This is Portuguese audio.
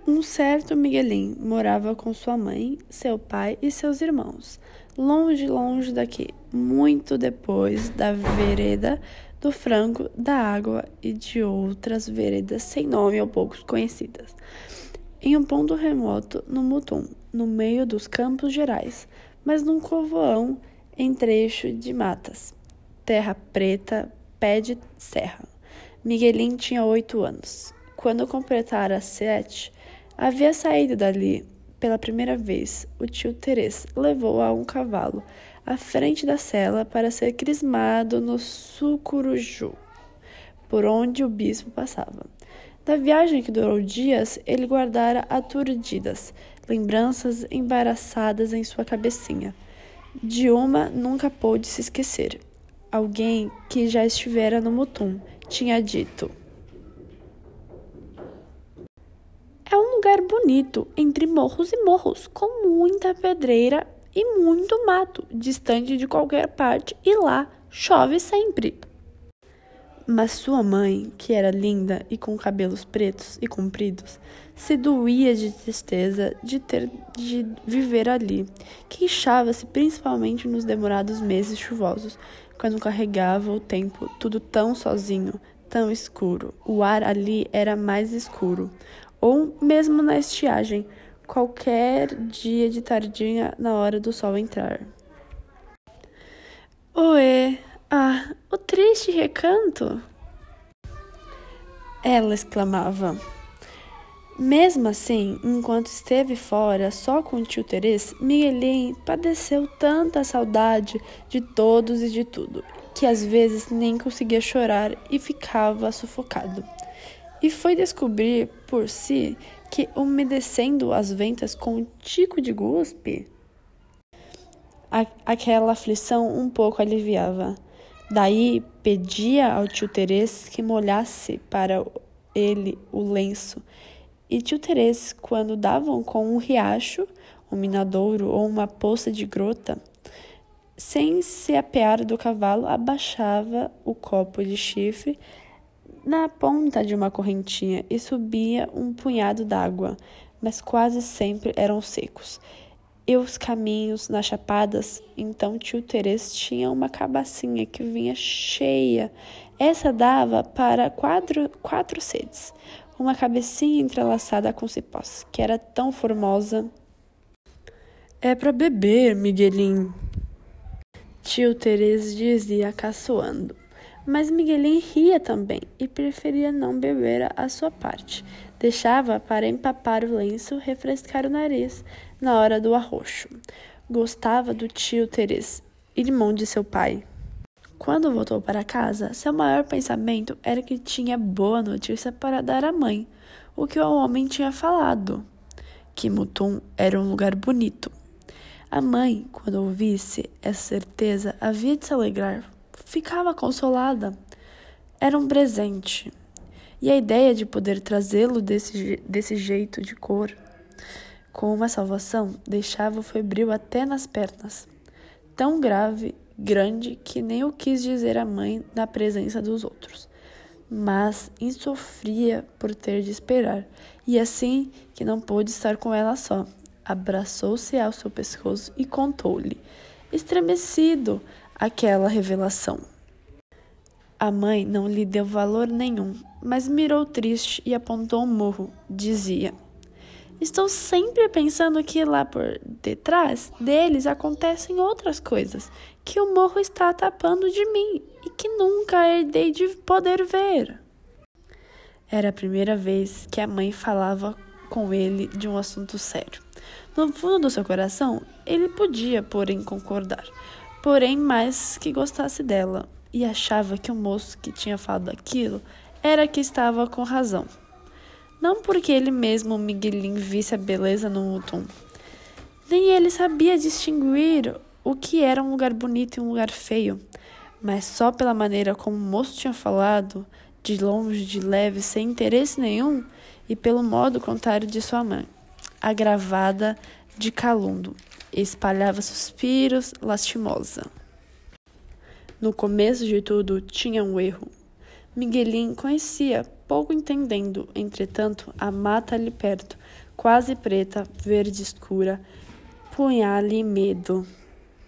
Um certo Miguelim morava com sua mãe, seu pai e seus irmãos, longe, longe daqui, muito depois da vereda do Frango, da Água e de outras veredas sem nome ou poucos conhecidas. Em um ponto remoto, no Mutum, no meio dos Campos Gerais, mas num covoão em trecho de matas, terra preta, pé de serra. Miguelim tinha 8 anos. Quando completara 7, havia saído dali pela primeira vez. O tio Terês levou a um cavalo à frente da cela para ser crismado no Sucuruju, por onde o bispo passava. Da viagem que durou dias, ele guardara aturdidas lembranças embaraçadas em sua cabecinha. De uma nunca pôde se esquecer. Alguém que já estivera no Mutum tinha dito: "É um lugar bonito, entre morros e morros, com muita pedreira e muito mato, distante de qualquer parte, e lá chove sempre." Mas sua mãe, que era linda e com cabelos pretos e compridos, se doía de tristeza de ter de viver ali. Queixava-se principalmente nos demorados meses chuvosos, quando carregava o tempo tudo tão sozinho, tão escuro. O ar ali era mais escuro. Ou mesmo na estiagem, qualquer dia de tardinha na hora do sol entrar. Oê! Ah, o triste recanto! Ela exclamava. Mesmo assim, enquanto esteve fora só com o tio Terês, Miguelim padeceu tanta saudade de todos e de tudo, que às vezes nem conseguia chorar e ficava sufocado. E foi descobrir por si que, umedecendo as ventas com um tico de guspe, aquela aflição um pouco aliviava. Daí pedia ao tio Terês que molhasse para ele o lenço. E tio Terês, quando davam com um riacho, um minadouro ou uma poça de grota, sem se apear do cavalo, abaixava o copo de chifre na ponta de uma correntinha e subia um punhado d'água, mas quase sempre eram secos. E os caminhos nas chapadas, então tio Terês tinha uma cabacinha que vinha cheia. Essa dava para quatro sedes. Uma cabecinha entrelaçada com cipós, que era tão formosa. "É para beber, Miguelim", tio Terês dizia caçoando. Mas Miguelim ria também e preferia não beber a sua parte. Deixava para empapar o lenço, refrescar o nariz na hora do arroxo. Gostava do tio Terês, irmão de seu pai. Quando voltou para casa, seu maior pensamento era que tinha boa notícia para dar à mãe, o que o homem tinha falado, que Mutum era um lugar bonito. A mãe, quando ouvisse essa certeza, havia de se alegrar. Ficava consolada. Era um presente. E a ideia de poder trazê-lo desse jeito de cor, com uma salvação, deixava-o febril até nas pernas. Tão grande, que nem o quis dizer à mãe na presença dos outros. Mas insofria por ter de esperar, e assim que não pôde estar com ela só, abraçou-se ao seu pescoço e contou-lhe, estremecido, aquela revelação. A mãe não lhe deu valor nenhum, mas mirou triste e apontou um morro. Dizia: "Estou sempre pensando que lá por detrás deles acontecem outras coisas, que o morro está tapando de mim e que nunca herdei de poder ver." Era a primeira vez que a mãe falava com ele de um assunto sério. No fundo do seu coração, ele podia, porém, concordar, porém mais que gostasse dela, e achava que o moço que tinha falado aquilo era que estava com razão. Não porque ele mesmo, Miguelim, visse a beleza no Mutum. Nem ele sabia distinguir o que era um lugar bonito e um lugar feio, mas só pela maneira como o moço tinha falado, de longe, de leve, sem interesse nenhum, e pelo modo contrário de sua mãe, agravada de calundo, espalhava suspiros lastimosa. No começo de tudo, tinha um erro. Miguelim conhecia, pouco entendendo. Entretanto, a mata ali perto, quase preta, verde escura, punha-lhe medo.